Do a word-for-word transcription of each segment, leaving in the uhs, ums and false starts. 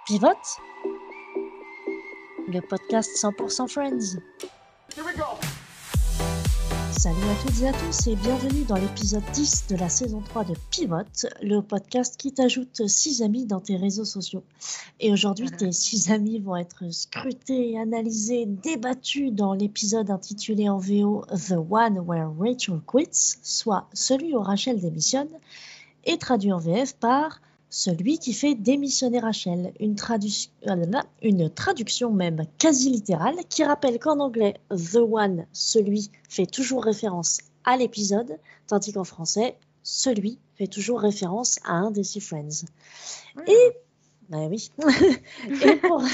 Pivote, le podcast cent pour cent Friends. Here we go. Salut à toutes et à tous et bienvenue dans l'épisode dix de la saison trois de Pivote, le podcast qui t'ajoute six amis dans tes réseaux sociaux. Et aujourd'hui, Uh-huh. tes six amis vont être scrutés, analysés, débattus dans l'épisode intitulé en V O The One Where Rachel Quits, soit celui où Rachel démissionne, et traduit en V F par celui qui fait démissionner Rachel, une, tradu- euh, une traduction même quasi littérale qui rappelle qu'en anglais, The One, celui, fait toujours référence à l'épisode, tandis qu'en français, celui fait toujours référence à un des six Friends. Ah. Et, bah oui. et, pour,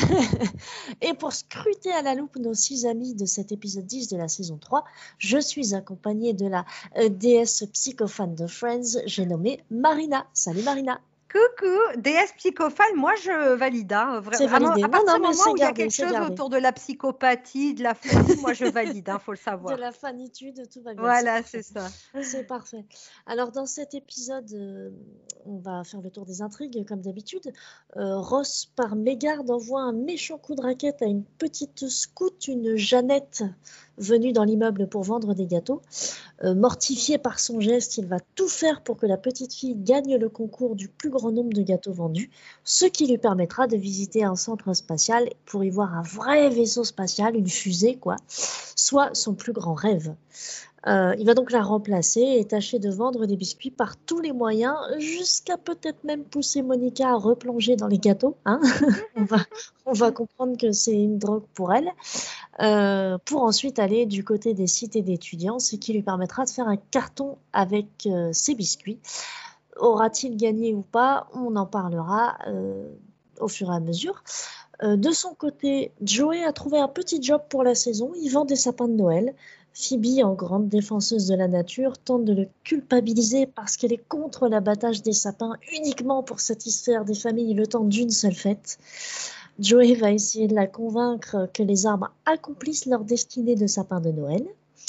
et pour scruter à la loupe nos six amis de cet épisode dix de la saison trois, je suis accompagnée de la euh, déesse psychophane de Friends, j'ai nommé Marina. Salut Marina. Coucou, déesse psychophane, moi je valide. Hein, vra- C'est vraiment, validé. à Non, partir non, du mais moment c'est où il y a gardé, quelque c'est chose gardé. autour de la psychopathie, de la folie, moi je valide, il faut le De savoir. la fanitude, tout va bien. Voilà, c'est c'est parfait. ça. C'est parfait. Alors, dans cet épisode, euh, on va faire le tour des intrigues, comme d'habitude. Euh, Ross, par mégarde, envoie un méchant coup de raquette à une petite scout, une Jeannette, venue dans l'immeuble pour vendre des gâteaux. Euh, mortifié par son geste, il va tout faire pour que la petite fille gagne le concours du plus grand nombre de gâteaux vendus, ce qui lui permettra de visiter un centre spatial pour y voir un vrai vaisseau spatial, une fusée, quoi, soit son plus grand rêve. Euh, il va donc la remplacer et tâcher de vendre des biscuits par tous les moyens, jusqu'à peut-être même pousser Monica à replonger dans les gâteaux. Hein. on, va, on va comprendre que c'est une drogue pour elle. Euh, pour ensuite aller du côté des cités d'étudiants, ce qui lui permettra de faire un carton avec euh, ses biscuits. Aura-t-il gagné ou pas? On en parlera euh, au fur et à mesure. Euh, de son côté, Joey a trouvé un petit job pour la saison. Il vend des sapins de Noël. Phoebe, en grande défenseuse de la nature, tente de le culpabiliser parce qu'elle est contre l'abattage des sapins uniquement pour satisfaire des familles le temps d'une seule fête. Joey va essayer de la convaincre que les arbres accomplissent leur destinée de sapin de Noël.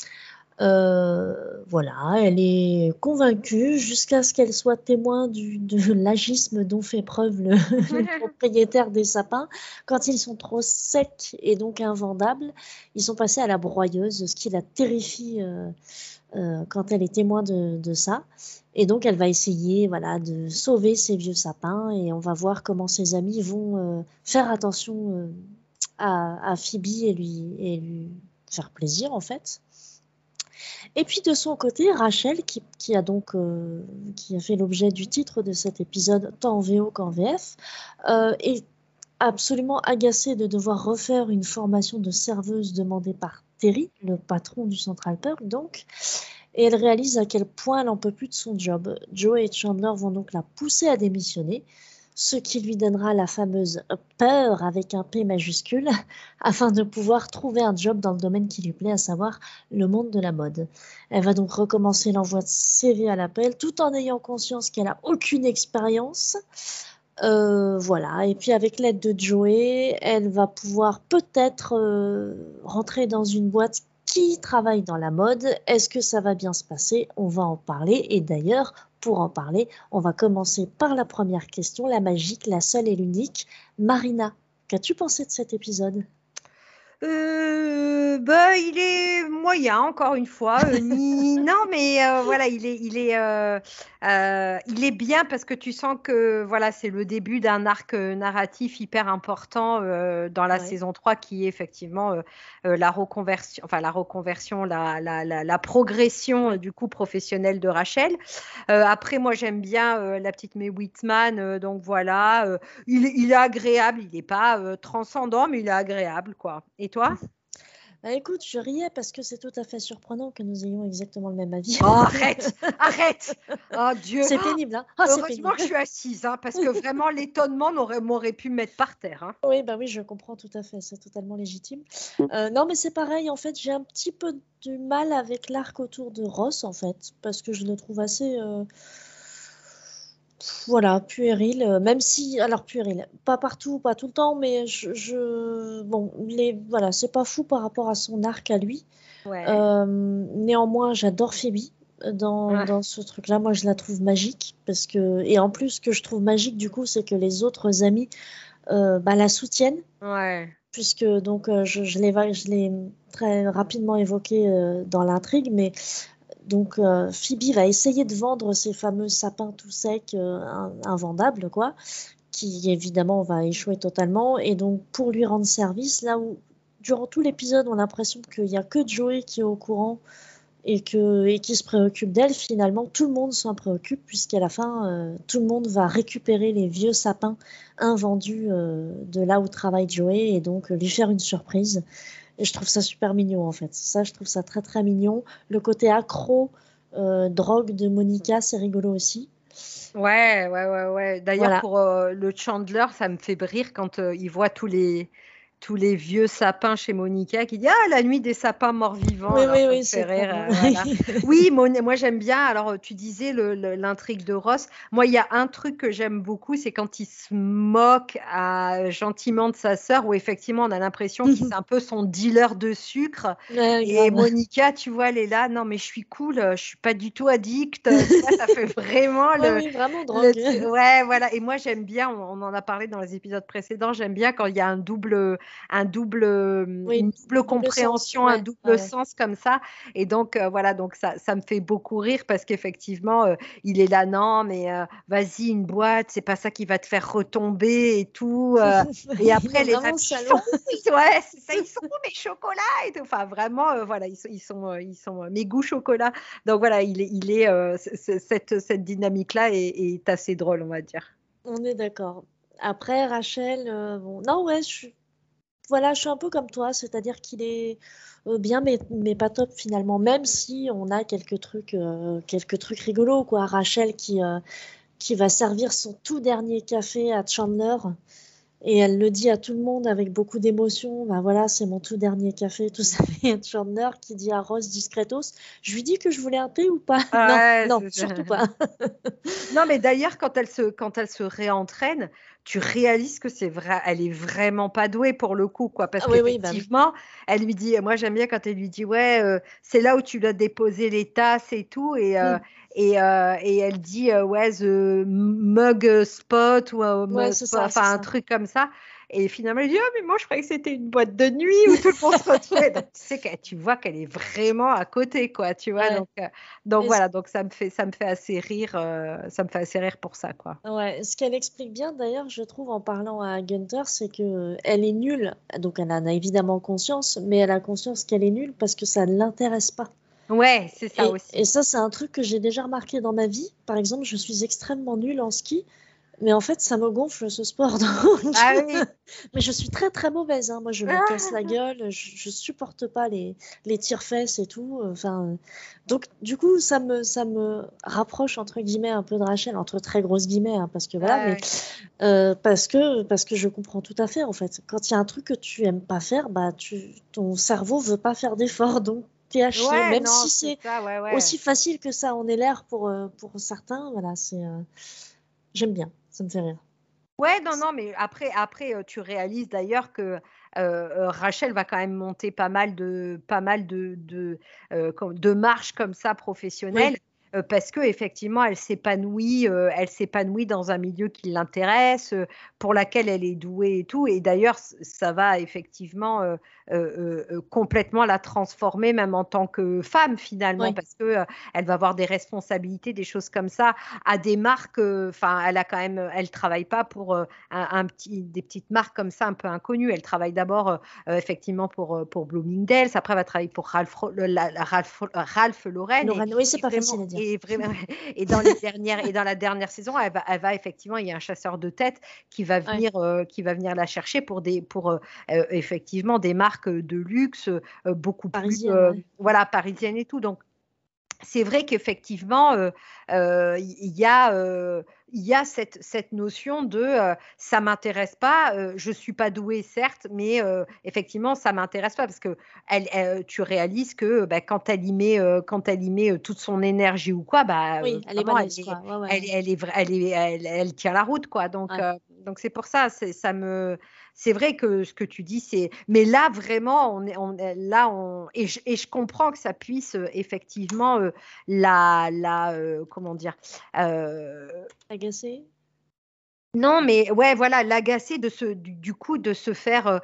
Euh, voilà, elle est convaincue jusqu'à ce qu'elle soit témoin du, de l'agisme dont fait preuve le, le propriétaire des sapins. Quand ils sont trop secs et donc invendables, ils sont passés à la broyeuse, ce qui la terrifie euh, euh, quand elle est témoin de, de ça. Et donc, elle va essayer voilà, de sauver ces vieux sapins et on va voir comment ses amis vont euh, faire attention euh, à, à Phoebe et lui, et lui faire plaisir, en fait. Et puis de son côté, Rachel, qui, qui a donc euh, qui a fait l'objet du titre de cet épisode, tant en V O qu'en V F, euh, est absolument agacée de devoir refaire une formation de serveuse demandée par Terry, le patron du Central Perk, donc, et elle réalise à quel point elle n'en peut plus de son job. Joey et Chandler vont donc la pousser à démissionner, ce qui lui donnera la fameuse peur avec un P majuscule, afin de pouvoir trouver un job dans le domaine qui lui plaît, à savoir le monde de la mode. Elle va donc recommencer l'envoi de C V à l'appel, tout en ayant conscience qu'elle n'a aucune expérience. Euh, voilà, et puis avec l'aide de Joey, elle va pouvoir peut-être euh, rentrer dans une boîte qui travaille dans la mode. Est-ce que ça va bien se passer? On va en parler. Et d'ailleurs, pour en parler, on va commencer par la première question, la magique, la seule et l'unique. Marina, qu'as-tu pensé de cet épisode? Euh, bah, il est moyen, encore une fois. Euh, ni... Non, mais euh, voilà, il est, il est, euh, euh, il est bien parce que tu sens que voilà, c'est le début d'un arc euh, narratif hyper important euh, dans la Ouais. saison trois qui est effectivement euh, euh, la reconversion, enfin la reconversion, la, la, la, la progression euh, du coup professionnel de Rachel. Euh, après, moi, j'aime bien euh, la petite Mae Whitman, euh, donc voilà. euh, il, il est agréable, il n'est pas euh, transcendant, mais il est agréable, quoi. Et toi? Bah, écoute, je riais parce que c'est tout à fait surprenant que nous ayons exactement le même avis. Oh, arrête, arrête. Oh Dieu. C'est Oh, pénible, hein? Ah, c'est heureusement pénible. que je suis assise, hein, parce que vraiment, l'étonnement m'aurait, m'aurait pu me mettre par terre. Hein. Oui, bah oui, je comprends tout à fait, c'est totalement légitime. Euh, non, mais c'est pareil, en fait, j'ai un petit peu du mal avec l'arc autour de Ross, en fait, parce que je le trouve assez, euh, voilà, puéril, euh, même si, alors puéril, pas partout, pas tout le temps, mais je, je- bon, les, voilà, c'est pas fou par rapport à son arc à lui. Ouais. Euh, néanmoins, j'adore Phoebe euh, dans, Ah, dans ce truc-là. Moi, je la trouve magique, parce que, et en plus, ce que je trouve magique, du coup, c'est que les autres amis euh, bah, la soutiennent, Ouais. puisque donc euh, je, je l'ai va- je l'ai très rapidement évoqué euh, dans l'intrigue, mais donc euh, Phoebe va essayer de vendre ces fameux sapins tout secs, euh, in- invendables, quoi, qui évidemment va échouer totalement. Et donc pour lui rendre service, là où durant tout l'épisode on a l'impression qu'il n'y a que Joey qui est au courant et, que, et qui se préoccupe d'elle, finalement tout le monde s'en préoccupe, puisqu'à la fin euh, tout le monde va récupérer les vieux sapins invendus euh, de là où travaille Joey et donc euh, lui faire une surprise. Et je trouve ça super mignon en fait. Ça, je trouve ça très très mignon. Le côté accro, euh, drogue de Monica, c'est rigolo aussi. Ouais, ouais, ouais, ouais. D'ailleurs, Voilà. pour euh, le Chandler, ça me fait rire quand euh, il voit tous les, tous les vieux sapins chez Monica qui dit ah, la nuit des sapins morts-vivants. Oui, Alors, oui, ça me oui, fait c'est très rire. drôle. Euh, voilà. Oui, Mon- moi, j'aime bien. Alors, euh, tu disais le- le- l'intrigue de Ross. Moi, il y a un truc que j'aime beaucoup, c'est quand il se moque à- gentiment de sa sœur, où effectivement, on a l'impression qu'il c'est un peu son dealer de sucre. Ouais, Et grave. Monica, tu vois, elle est là. Non, mais je suis cool. euh, Je suis pas du tout addict. Tu vois, ça fait vraiment Ouais, le oui, vraiment le drogue. tru- ouais, voilà. Et moi, j'aime bien, on, on en a parlé dans les épisodes précédents, j'aime bien quand il y a un double, un double, euh, Oui, une double double sens. compréhension, un Ouais, ouais, double ouais. sens comme ça. Et donc, euh, voilà, donc ça, ça me fait beaucoup rire parce qu'effectivement, euh, il est là, non, mais euh, vas-y, une boîte, c'est pas ça qui va te faire retomber et tout. euh. Et Il est après, les vraiment amis, ils sont salaud. où? Ils, ouais, c'est ça, ils sont où mes chocolats et tout. Enfin, vraiment, euh, voilà, ils sont, ils sont, euh, ils sont euh, mes goûts chocolat. Donc voilà, il est, il est euh, c- c- cette, cette dynamique-là est, est assez drôle, on va dire. On est d'accord. Après, Rachel, euh, bon, non, ouais, je suis, voilà, je suis un peu comme toi, c'est-à-dire qu'il est euh, bien, mais, mais pas top finalement, même si on a quelques trucs, euh, quelques trucs rigolos, quoi. Rachel qui, euh, qui va servir son tout dernier café à Chandler. Et elle le dit à tout le monde avec beaucoup d'émotion. Bah voilà, c'est mon tout dernier café, tout ça. Et Chandler qui dit à Ross discretos, je lui dis que je voulais un thé ou pas? Non, Ouais, non, c'est ça. surtout pas. Non, mais d'ailleurs, quand elle se, quand elle se réentraîne, tu réalises que c'est vrai, elle est vraiment pas douée pour le coup, quoi, parce Ah oui, oui, bah oui. qu'effectivement, elle lui dit, moi j'aime bien quand elle lui dit, ouais, euh, c'est là où tu dois déposer les tasses et tout, et euh, Hmm. et, euh, et elle dit, euh, ouais, the mug spot ou un Ouais, mug c'est spot, ça, c'est enfin un ça. truc comme ça. Et finalement, elle dit, oh, mais moi je croyais que c'était une boîte de nuit où tout le monde se retrouvait. Donc tu sais que tu vois qu'elle est vraiment à côté, quoi, tu vois. Ouais. Donc euh, donc Et ce, voilà, donc ça me fait ça me fait assez rire, euh, ça me fait assez rire pour ça, quoi. ouais, ce qu'elle explique bien, d'ailleurs, je trouve, en parlant à Gunther, c'est que euh, elle est nulle. Donc, elle en a évidemment conscience, mais elle a conscience qu'elle est nulle parce que ça ne l'intéresse pas. Ouais, c'est ça Et, et aussi. ça, c'est un truc que j'ai déjà remarqué dans ma vie. Par exemple, je suis extrêmement nulle en ski. Mais en fait, ça me gonfle ce sport. Donc... Ah oui. Mais je suis très très mauvaise, hein. Moi, je me casse la Ah, gueule. Je, je supporte pas les, les tire-fesses et tout. Enfin, euh, donc, du coup, ça me, ça me rapproche, entre guillemets, un peu de Rachel, entre très grosses guillemets, hein, parce que voilà, mais ouais. euh, parce que, parce que je comprends tout à fait, en fait. Quand il y a un truc que tu aimes pas faire, bah, tu, ton cerveau veut pas faire d'effort. Donc, t'es à chier. Ouais, Même non, si c'est c'est ça, ouais, ouais. aussi facile que ça en est l'air pour, euh, pour certains, voilà, c'est, euh, j'aime bien. Ça me fait rire. Ouais, non, non, mais après, après, euh, tu réalises d'ailleurs que euh, euh, Rachel va quand même monter pas mal de, pas mal de, de, euh, com- de marches comme ça professionnelles, Oui. euh, parce que effectivement, elle s'épanouit, euh, elle s'épanouit dans un milieu qui l'intéresse, euh, pour laquelle elle est douée et tout. Et d'ailleurs, c- ça va effectivement euh, euh, euh, complètement la transformer, même en tant que femme finalement, Ouais. parce que euh, elle va avoir des responsabilités, des choses comme ça à des marques. Enfin, elle a quand même, elle travaille pas pour euh, un, un petit, des petites marques comme ça un peu inconnues. Elle travaille d'abord euh, euh, effectivement pour euh, pour Bloomingdale's. Après, elle va travailler pour Ralph, le- la- la Ralph, Ralph Lauren et, Lorraine, oui, c'est et pas vraiment facile à dire. et vraiment et dans les dernières et dans la dernière saison, elle va, elle va effectivement, il y a un chasseur de tête qui va Ouais. venir euh, qui va venir la chercher pour des pour euh, euh, effectivement des marques de luxe euh, beaucoup plus Parisienne, euh, ouais. voilà parisiennes et tout. Donc c'est vrai qu'effectivement, euh, euh, il y a, euh, il y a cette, cette notion de euh, ça m'intéresse pas, euh, je suis pas douée certes, mais euh, effectivement ça m'intéresse pas parce que elle, elle- tu réalises que bah, quand elle y met, euh, quand elle y met euh, toute son énergie ou quoi, bah euh, Oui, elle est vraiment elle balèze, est, quoi. Ouais, elle, ouais. elle est, vra- elle est, elle, elle tient la route quoi. Donc Ouais. euh, donc c'est pour ça, c'est, ça me, c'est vrai que ce que tu dis, c'est. Mais là, vraiment, on est, on est- là, on. Et je, et je comprends que ça puisse euh, effectivement euh, la, la euh, comment dire, euh, Agacée? Non, mais ouais, voilà, l'agacer de se, du, du coup, de se faire euh,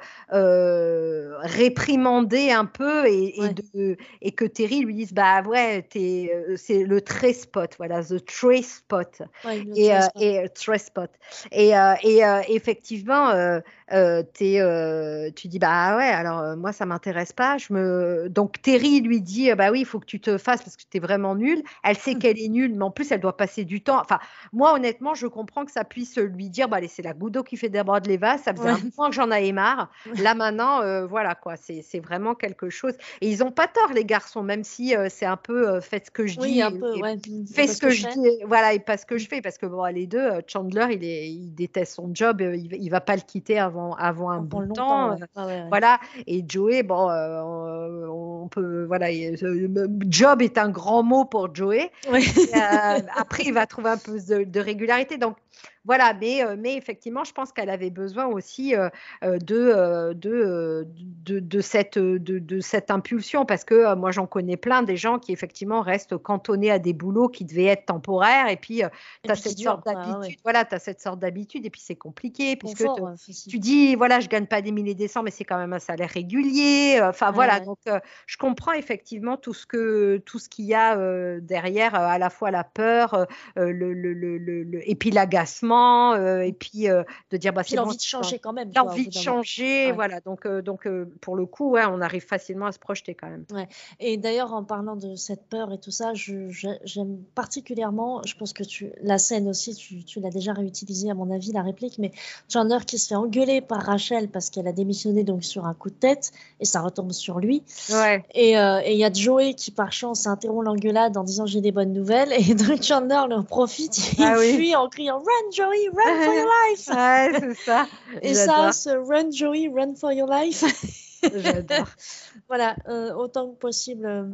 euh, réprimander un peu et, et Ouais, de, et que Terry lui dise, bah ouais, t'es, euh, c'est le tray spot, voilà, the tray spot. ouais, le Et, euh, trace pas. et euh, tray spot. Et, euh, et euh, effectivement, euh, euh, t'es, euh, tu dis, bah ouais, alors euh, moi, ça m'intéresse pas. Je me... Donc Terry lui dit, euh, bah oui, il faut que tu te fasses parce que t'es vraiment nulle. Elle sait qu'elle est nulle, mais en plus, elle doit passer du temps. Enfin, moi, honnêtement, je comprends que ça puisse lui dire, bah, allez, c'est la goutte d'eau qui fait déborder les vases. Ça faisait un Ouais. moment que j'en avais marre. Là, maintenant, euh, voilà, quoi. C'est, c'est vraiment quelque chose. Et ils n'ont pas tort, les garçons, même si euh, c'est un peu euh, faites ce que je Oui, un dis peu, et, et ouais. Et fais ce parce que que je je fais. dis, voilà, et pas ce que je fais. Parce que bon, les deux, euh, Chandler, il, est, il déteste son job. euh, Il, ne va pas le quitter avant, avant un bout Pendant de longtemps, temps. euh, ouais. Ouais, ouais, ouais. voilà. Et Joey, bon, euh, on, on peut, voilà, il- euh, job est un grand mot pour Joey. Ouais. Euh, après, il va trouver un peu de, de régularité. Donc, voilà, mais, euh, mais effectivement, je pense qu'elle avait besoin aussi euh, euh, de, euh, de, euh, de, de cette, de, de cette impulsion parce que euh, moi, j'en connais plein des gens qui, effectivement, restent cantonnés à des boulots qui devaient être temporaires et puis euh, Et tu as puis qui cette dure, sorte quoi. Ouais, ouais. d'habitude. Voilà, tu as cette sorte d'habitude et puis c'est compliqué puisque te- Confort, euh, aussi. tu dis, voilà, je gagne pas des milliers des cents, mais c'est quand même un salaire régulier. Enfin, Ouais, voilà, ouais. donc euh, je comprends effectivement tout ce que, tout ce qu'il y a euh, derrière, euh, à la fois la peur, euh, euh, le, le, le, le, le- et puis l'agacement, euh, et puis euh, de dire bah Puis c'est bon, l'envie de changer quand même, quoi, au l'envie bout de d'un moment. changer, Ouais. voilà. Donc, euh, donc euh, pour le coup, ouais, on arrive facilement à se projeter quand même. Ouais. Et d'ailleurs, en parlant de cette peur et tout ça, je, je- j'aime particulièrement, je pense que tu, la scène aussi, tu, tu l'as déjà réutilisée à mon avis, la réplique, mais Chandler qui se fait engueuler par Rachel parce qu'elle a démissionné donc sur un coup de tête et ça retombe sur lui. Ouais. Et euh, et il y a Joey qui par chance interrompt l'engueulade en disant j'ai des bonnes nouvelles et donc Chandler en profite, il Ah oui. fuit en criant Run Joey, run for your life! Ouais, c'est ça. Et ça, J'adore. ce Run Joey, run for your life. J'adore. Voilà, euh, autant que possible. euh,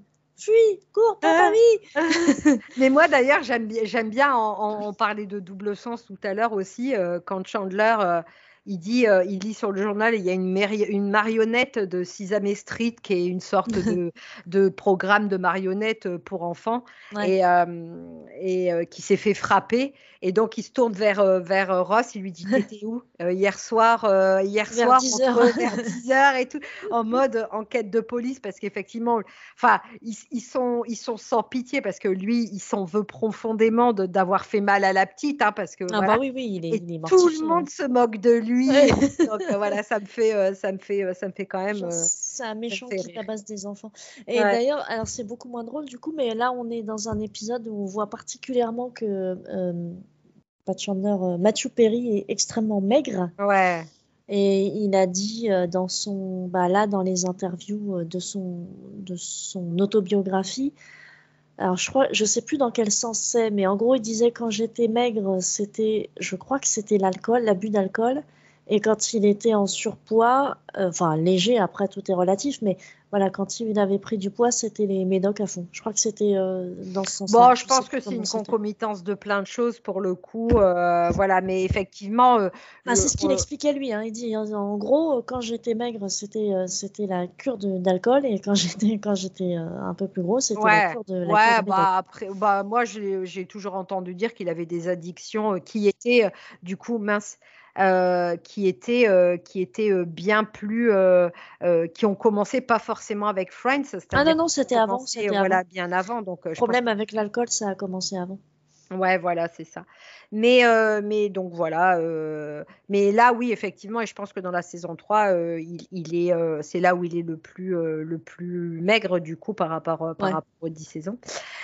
Fuis, cours pour ta vie. Mais moi d'ailleurs, j'aime bien, j'aime bien en, en- en parler de double sens tout à l'heure aussi, euh, quand Chandler, euh, il dit, euh, il lit sur le journal, il y a une, mari- une marionnette de Sesame Street qui est une sorte de, de programme de marionnettes pour enfants Ouais, et, euh, et euh, qui s'est fait frapper. Et donc il se tourne vers, euh, vers euh, Ross, il lui dit, t'étais où euh, hier soir, euh, hier vers soir dix heures. entre vers dix heures et tout, en mode enquête de police parce qu'effectivement, enfin, ils, ils sont, ils sont sans pitié parce que lui, il s'en veut profondément de- d'avoir fait mal à la petite, hein, parce que Ah voilà. bah oui, oui, il est, Et il est tout le mortifié, ouais. monde se moque de lui. Ouais. Et donc euh, voilà, ça me fait, euh, ça me fait, euh, ça me fait quand même, Genre, euh, c'est un ça me méchant fait qui rire. tabasse des enfants. Et Ouais, d'ailleurs, alors c'est beaucoup moins drôle du coup, mais là on est dans un épisode où on voit particulièrement que euh, pas Chandler, euh, Matthew Perry est extrêmement maigre. ouais, Et il a dit euh, dans son, bah là, dans les interviews euh, de son, de son autobiographie, alors je crois, je sais plus dans quel sens c'est, mais en gros il disait quand j'étais maigre, c'était, je crois que c'était l'alcool, l'abus d'alcool, et quand il était en surpoids, euh, enfin léger, après tout est relatif, mais voilà, quand il avait pris du poids, c'était les médocs à fond. Je crois que c'était euh, dans ce sens-là. bon, je Je sais pense plus que c'est comment une c'était. concomitance de plein de choses pour le coup, euh, voilà. Mais effectivement, euh, Enfin, c'est le, ce qu'il euh, expliquait lui, hein. Il dit en, en gros, quand j'étais maigre, c'était euh, c'était la cure de- d'alcool, et quand j'étais quand j'étais euh, un peu plus gros, c'était la ouais, cure de la cure ouais, de médoc. bah après, bah moi j'ai j'ai toujours entendu dire qu'il avait des addictions euh, qui étaient euh, du coup mince, euh, qui étaient euh, qui étaient euh, bien plus, euh, euh, qui ont commencé pas forcément avec Friends, Ah c'est-à-dire non non, qui ont c'était avant, commencé euh, c'était avant. voilà bien avant. Donc euh, je pense Problème avec l'alcool, ça a commencé avant. ouais, voilà, c'est ça. Mais, euh, mais donc voilà. euh, mais là, oui, effectivement, et je pense que dans la saison trois, euh, il, il est, euh, c'est là où il est le plus, euh, le plus maigre du coup par rapport, euh, par Ouais. rapport aux dix saisons.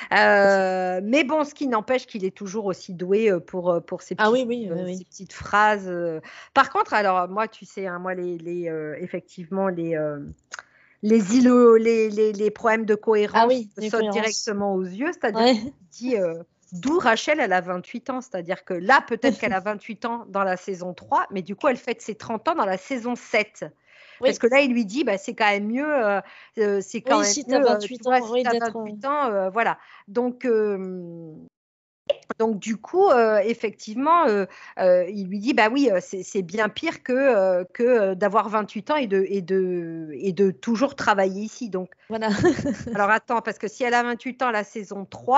Euh, mais bon, ce qui n'empêche qu'il est toujours aussi doué euh, pour, euh, pour ses Ah petites, oui oui oui euh, oui. ses petites phrases. euh. Par contre, alors moi, tu sais, hein, moi, les, les, euh, effectivement, les, euh, les, îlots, les, les, les problèmes de Ah cohérence oui, me les sautent cohérences. directement aux yeux, c'est-à-dire que Ouais. tu te dis euh, d'où Rachel, elle a vingt-huit ans, c'est-à-dire que là, peut-être qu'elle a vingt-huit ans dans la saison trois, mais du coup, elle fête ses trente ans dans la saison sept. Parce Oui. que là, il lui dit, bah, c'est quand même mieux, euh, euh, c'est quand Oui, même si t'as mieux, euh, tu vingt-huit vois, ans, si oui tu as d'être. euh, vingt-huit ans, euh, voilà. Donc, euh, donc du coup, euh, effectivement, euh, euh, il lui dit, bah oui, euh, c'est c'est bien pire que, euh, que euh, d'avoir vingt-huit ans et de, et, de, et de toujours travailler ici. Donc, Voilà. alors attends, parce que si elle a vingt-huit ans la saison trois,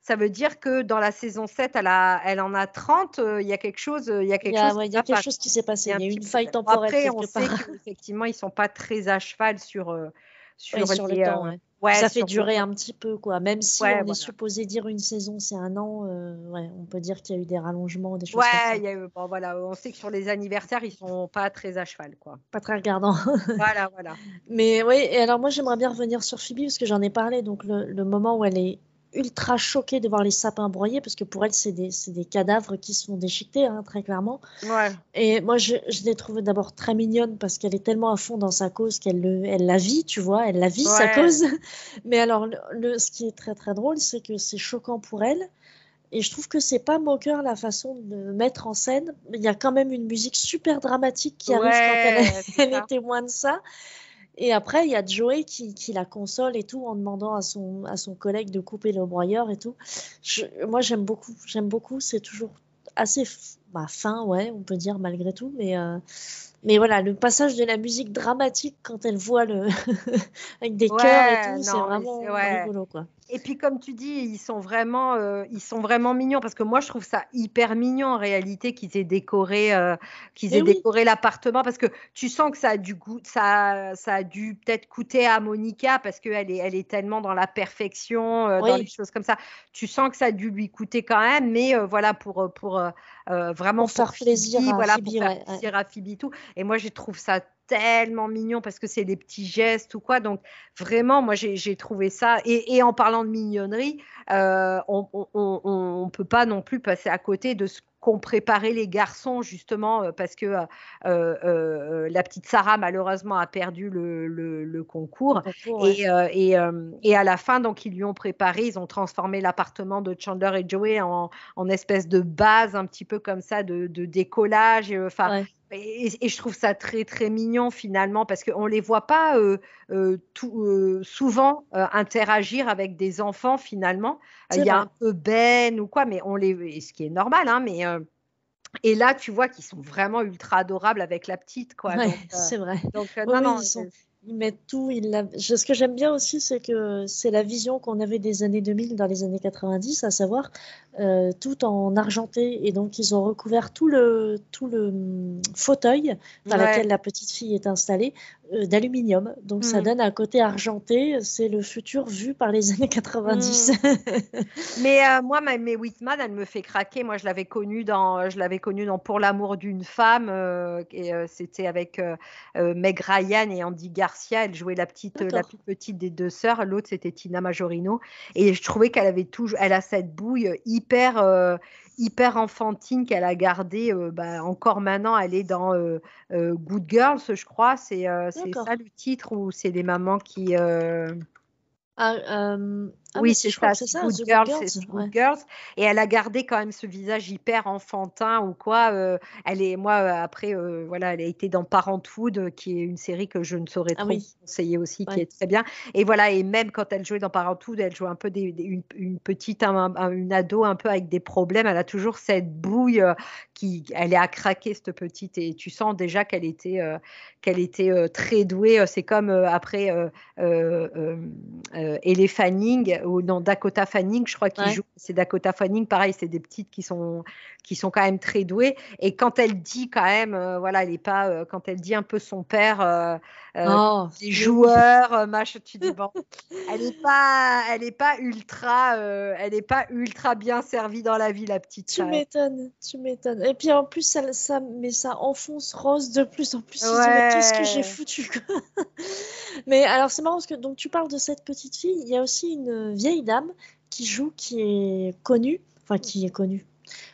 ça veut dire que dans la saison sept, elle, a, elle en a trente. Il euh, y a quelque chose, il y a quelque il y a, chose, ouais, il y a quelque chose qui s'est passé. Il y a eu une faille temporelle Après, quelque on part. sait qu'effectivement, ils ne sont pas très à cheval sur, euh, sur, ouais, sur les, le temps. euh, Ouais. ouais, ça fait sur durer le... un petit peu, quoi. Même si ouais, on voilà. est supposé dire une saison, c'est un an, euh, ouais, on peut dire qu'il y a eu des rallongements, des choses ouais, comme ça. y a eu, bon, voilà, on sait que sur les anniversaires, ils ne sont pas très à cheval, quoi. Pas très regardant. Voilà, voilà. Mais oui, et alors moi j'aimerais bien revenir sur Phoebe parce que j'en ai parlé, donc le, le moment où elle est ultra choquée de voir les sapins broyés, parce que pour elle c'est des, c'est des cadavres qui se font déchiqueter, hein, très clairement. Ouais. Et moi je, je l'ai trouvée d'abord très mignonne parce qu'elle est tellement à fond dans sa cause qu'elle le, elle la vit, tu vois, elle la vit sa Ouais. cause. Mais alors le, le- ce qui est très très drôle, c'est que c'est choquant pour elle. Et je trouve que c'est pas moqueur la façon de mettre en scène. Il y a quand même une musique super dramatique qui arrive quand elle, Ouais, c'est elle ça. est témoin de ça. Et après, il y a Joey qui, qui la console et tout en demandant à son, à son collègue de couper le broyeur et tout. Je- moi, j'aime beaucoup. J'aime beaucoup. C'est toujours assez f- bah, fin, ouais, on peut dire malgré tout. Mais, euh, mais voilà, le passage de la musique dramatique quand elle voit le avec des cœurs et Ouais, tout, c'est non, mais c'est vraiment ouais. rigolo, quoi. Et puis comme tu dis, ils sont vraiment, euh, ils sont vraiment mignons parce que moi je trouve ça hyper mignon en réalité qu'ils aient décoré, euh, qu'ils aient Mais oui, décoré l'appartement parce que tu sens que ça a dû goût, ça, ça a dû peut-être coûter à Monica parce qu'elle est, elle est tellement dans la perfection, euh, dans les oui, choses comme ça. Tu sens que ça a dû lui coûter quand même, mais euh, voilà pour pour euh, euh, vraiment pour pour faire plaisir Phoebe, à voilà Phoebe, pour faire ouais, ouais. plaisir à Phoebe et tout. Et moi je trouve ça tellement mignon parce que c'est des petits gestes ou quoi. Donc vraiment, moi, j'ai j'ai trouvé ça. Et, et en parlant de mignonnerie, euh, on on ne peut pas non plus passer à côté de ce qu'ont préparé les garçons, justement, euh, parce que euh, euh, euh, la petite Sarah, malheureusement, a perdu le, le, le Le concours. concours, ouais. Et, euh, et, euh, et à la fin, donc, ils lui ont préparé, ils ont transformé l'appartement de Chandler et Joey en, en espèce de base, un petit peu comme ça, de, de décollage. Enfin, Ouais. et, et, je trouve ça très très mignon finalement parce qu'on ne les voit pas euh, euh, tout, euh, souvent euh, interagir avec des enfants finalement. Il C'est y a vrai. un peu Ben ou quoi, mais on les, ce qui est normal, hein, mais euh, et là tu vois qu'ils sont vraiment ultra adorables avec la petite quoi. Ouais, Donc, euh, c'est vrai. donc euh, Oui, non oui, non. ils sont, euh, ils mettent tout. Ils la- je- Ce que j'aime bien aussi, c'est que c'est la vision qu'on avait des années deux mille dans les années quatre-vingt-dix, à savoir euh, tout en argenté. Et donc, ils ont recouvert tout le, tout le hum, fauteuil dans Ouais. lequel la petite fille est installée euh, d'aluminium. Donc, ça Mm, donne un côté argenté. C'est le futur vu par les années quatre-vingt-dix. mm. Mais euh, moi, ma- Mae Whitman, elle me fait craquer. Moi, je l'avais connue dans, je l'avais connue dans Pour l'amour d'une femme. Euh, et euh, c'était avec euh, euh, Meg Ryan et Andy Garcia. Elle jouait la petite, euh, la D'accord. plus petite des deux sœurs. L'autre, c'était Tina Majorino. Et je trouvais qu'elle avait toujours, elle a cette bouille hyper, euh, hyper enfantine qu'elle a gardée. Euh, bah, encore maintenant, elle est dans euh, euh, Good Girls, je crois. C'est, euh, c'est ça D'accord. le titre ou c'est des mamans qui. euh, Ah, euh, ah, mais Oui, si, c'est je crois ça, que c'est c'est ça, Good The Good Girls, Girls. c'est Good Ouais. Girls. Et elle a gardé quand même ce visage hyper enfantin ou quoi. euh, elle est, moi, euh, après, euh, voilà, elle a été dans Parenthood, euh, qui est une série que je ne saurais Ah trop oui, conseiller aussi, qui ouais. est très bien. Et voilà, et même quand elle jouait dans Parenthood, elle jouait un peu des, des- une, une petite, un- un- une ado un peu avec des problèmes. Elle a toujours cette bouille euh, qui, elle est à craquer, cette petite. Et tu sens déjà qu'elle était, euh, qu'elle était euh, très douée. Euh, C'est comme euh, après euh, euh, euh, euh, Elle Fanning ou non Dakota Fanning, je crois qu'il Ouais. joue. C'est Dakota Fanning, pareil, c'est des petites qui sont qui sont quand même très douées. Et quand elle dit quand même, euh, voilà, elle est pas euh, quand elle dit un peu son père, euh, euh, Oh, des mais oui. joueurs, euh, machin, tu dis bon, elle est pas, elle est pas ultra, euh, elle est pas ultra bien servie dans la vie, la petite Tu quand même. m'étonnes, tu m'étonnes. Et puis en plus, ça, ça, mais ça enfonce Rose de plus en plus. Il se dit, mais qu'est-ce que j'ai Ouais. foutu, quoi. Mais alors, c'est marrant parce que donc, tu parles de cette petite fille. Il y a aussi une vieille dame qui joue, qui est connue, enfin, qui est connue.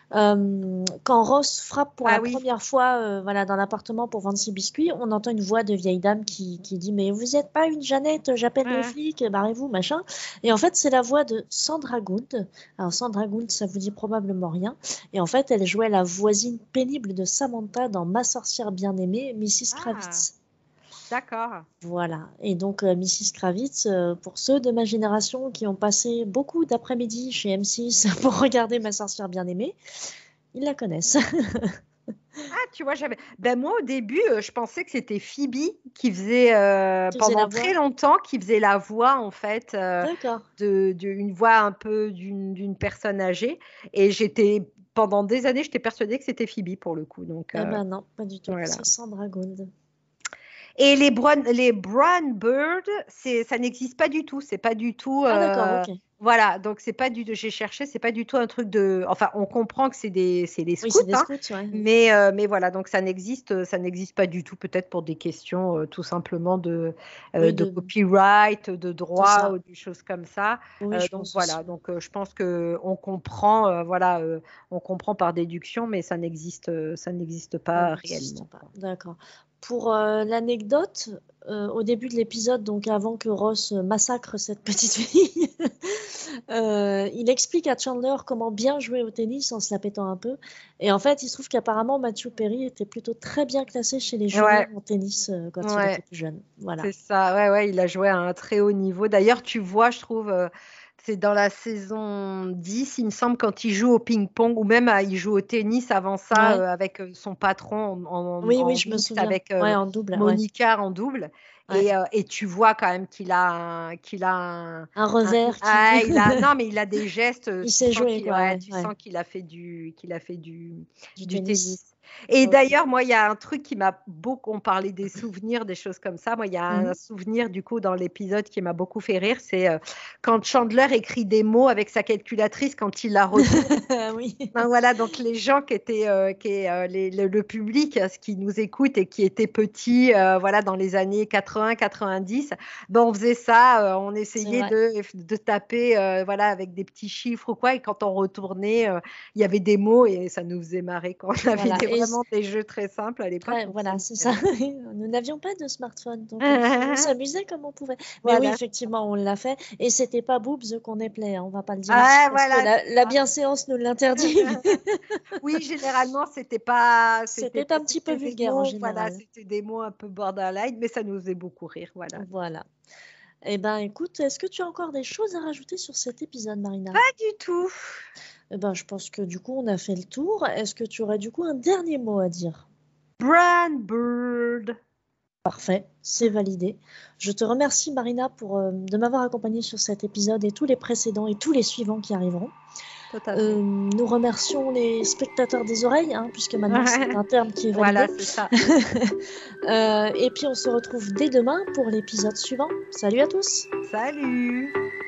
Euh, quand Ross frappe pour Ah la oui. première fois euh, voilà, dans l'appartement pour vendre ses biscuits, on entend une voix de vieille dame qui, qui dit mais vous n'êtes pas une Jeannette, j'appelle les Ouais. flics, barrez-vous, machin. Et en fait, c'est la voix de Sandra Gould. Alors, Sandra Gould, ça vous dit probablement rien. Et en fait, elle jouait la voisine pénible de Samantha dans Ma sorcière bien-aimée, missus Ah, Kravitz. d'accord. Voilà. Et donc, euh, missus Kravitz, euh, pour ceux de ma génération qui ont passé beaucoup d'après-midi chez M six pour regarder Ma sorcière bien-aimée, ils la connaissent. Ah, tu vois, j'avais. Ben moi, au début, euh, je pensais que c'était Phoebe qui faisait euh, Tu faisais pendant la voix? très longtemps, qui faisait la voix en fait, euh, D'accord. de, de- une voix un peu d'une d'une personne âgée. Et j'étais pendant des années, j'étais persuadée que c'était Phoebe pour le coup. Donc Eh euh, ben non, pas du tout. voilà. C'est Sandra Gould. Et les brown, les brown birds, c'est, ça n'existe pas du tout. C'est pas du tout. Ah d'accord, euh, ok. voilà, donc c'est pas du. J'ai cherché, c'est pas du tout un truc de. Enfin, on comprend que c'est des, c'est des Oui, scouts, c'est des hein, scouts, ouais. mais euh, mais voilà, donc ça n'existe, ça n'existe pas du tout. Peut-être pour des questions euh, tout simplement de euh, Oui, de de... copyright, de c'est droit ça. ou des choses comme ça. Oui, Euh, je donc pense aussi. voilà, donc euh, je pense que on comprend, euh, voilà, euh, on comprend par déduction, mais ça n'existe, ça n'existe Ça pas n'existe réellement, pas. quoi. D'accord. Pour euh, l'anecdote, euh, au début de l'épisode, donc avant que Ross massacre cette petite fille, euh, il explique à Chandler comment bien jouer au tennis en se la pétant un peu. Et en fait, il se trouve qu'apparemment Matthew Perry était plutôt très bien classé chez les Ouais, juniors en tennis euh, quand il ouais. était plus jeune. Voilà. C'est ça, ouais, ouais, il a joué à un très haut niveau. D'ailleurs, tu vois, je trouve, euh, c'est dans la saison dix, il me semble, quand il joue au ping-pong, ou même euh, il joue au tennis avant ça, Ouais. euh, avec euh, son patron en, en, Oui, oui, en je me mix souviens. avec euh, Ouais, en double. Ouais. Monica en double. Ouais. Et, euh, et tu vois quand même qu'il a un, qu'il a un, Un un- revers qui. ah, il a, non, mais il a des gestes, euh, Il tu sait sens jouer, qu'il, quoi. ouais, Ouais, tu ouais. sens qu'il a fait du, qu'il a fait du, Du du tennis. tennis. Et Ok. d'ailleurs, moi, il y a un truc qui m'a beaucoup, on parlait des souvenirs, des choses comme ça. Moi, il y a un Mhm. souvenir, du coup, dans l'épisode qui m'a beaucoup fait rire. C'est euh, quand Chandler écrit des mots avec sa calculatrice quand il la retourne. Oui. Ben voilà, donc les gens qui étaient, euh, qui, euh, les- le, le public, euh, ce qui nous écoute et qui étaient petits, euh, voilà, dans les années quatre-vingts quatre-vingt-dix, ben on faisait ça, euh, on C'est essayait vrai. de, de taper, euh, voilà, avec des petits chiffres ou quoi, et quand on retournait, euh, il y avait des mots et ça nous faisait marrer quand on avait Voilà. des, Et vraiment des jeux très simples à l'époque, très, donc ça voilà, nous c'est fait ça. rire. Nous n'avions pas de smartphone, donc on, on s'amusait comme on pouvait. Mais oui, Voilà. effectivement, on l'a fait. Et c'était pas Boobs qu'on appelait, hein, on va pas le dire ici Ah, parce que voilà, la, c'est la ça. bienséance nous l'interdit. Oui, généralement, c'était pas, c'était C'était pas, un petit peu c'était des vulgaire en mots, voilà, général. c'était des mots un peu borderline, mais ça nous faisait beaucoup rire, voilà. Voilà. Eh ben, écoute, est-ce que tu as encore des choses à rajouter sur cet épisode, Marina? Pas du tout. Eh ben, je pense que du coup, on a fait le tour. Est-ce que tu aurais du coup un dernier mot à dire? Brown Bird. Parfait, c'est validé. Je te remercie, Marina, pour, euh, de m'avoir accompagnée sur cet épisode et tous les précédents et tous les suivants qui arriveront. Tout à Euh, fait. nous remercions les spectateurs des oreilles, hein, puisque maintenant c'est un terme qui est validé. Voilà, c'est ça. Euh, et puis on se retrouve dès demain pour l'épisode suivant. Salut à tous! Salut.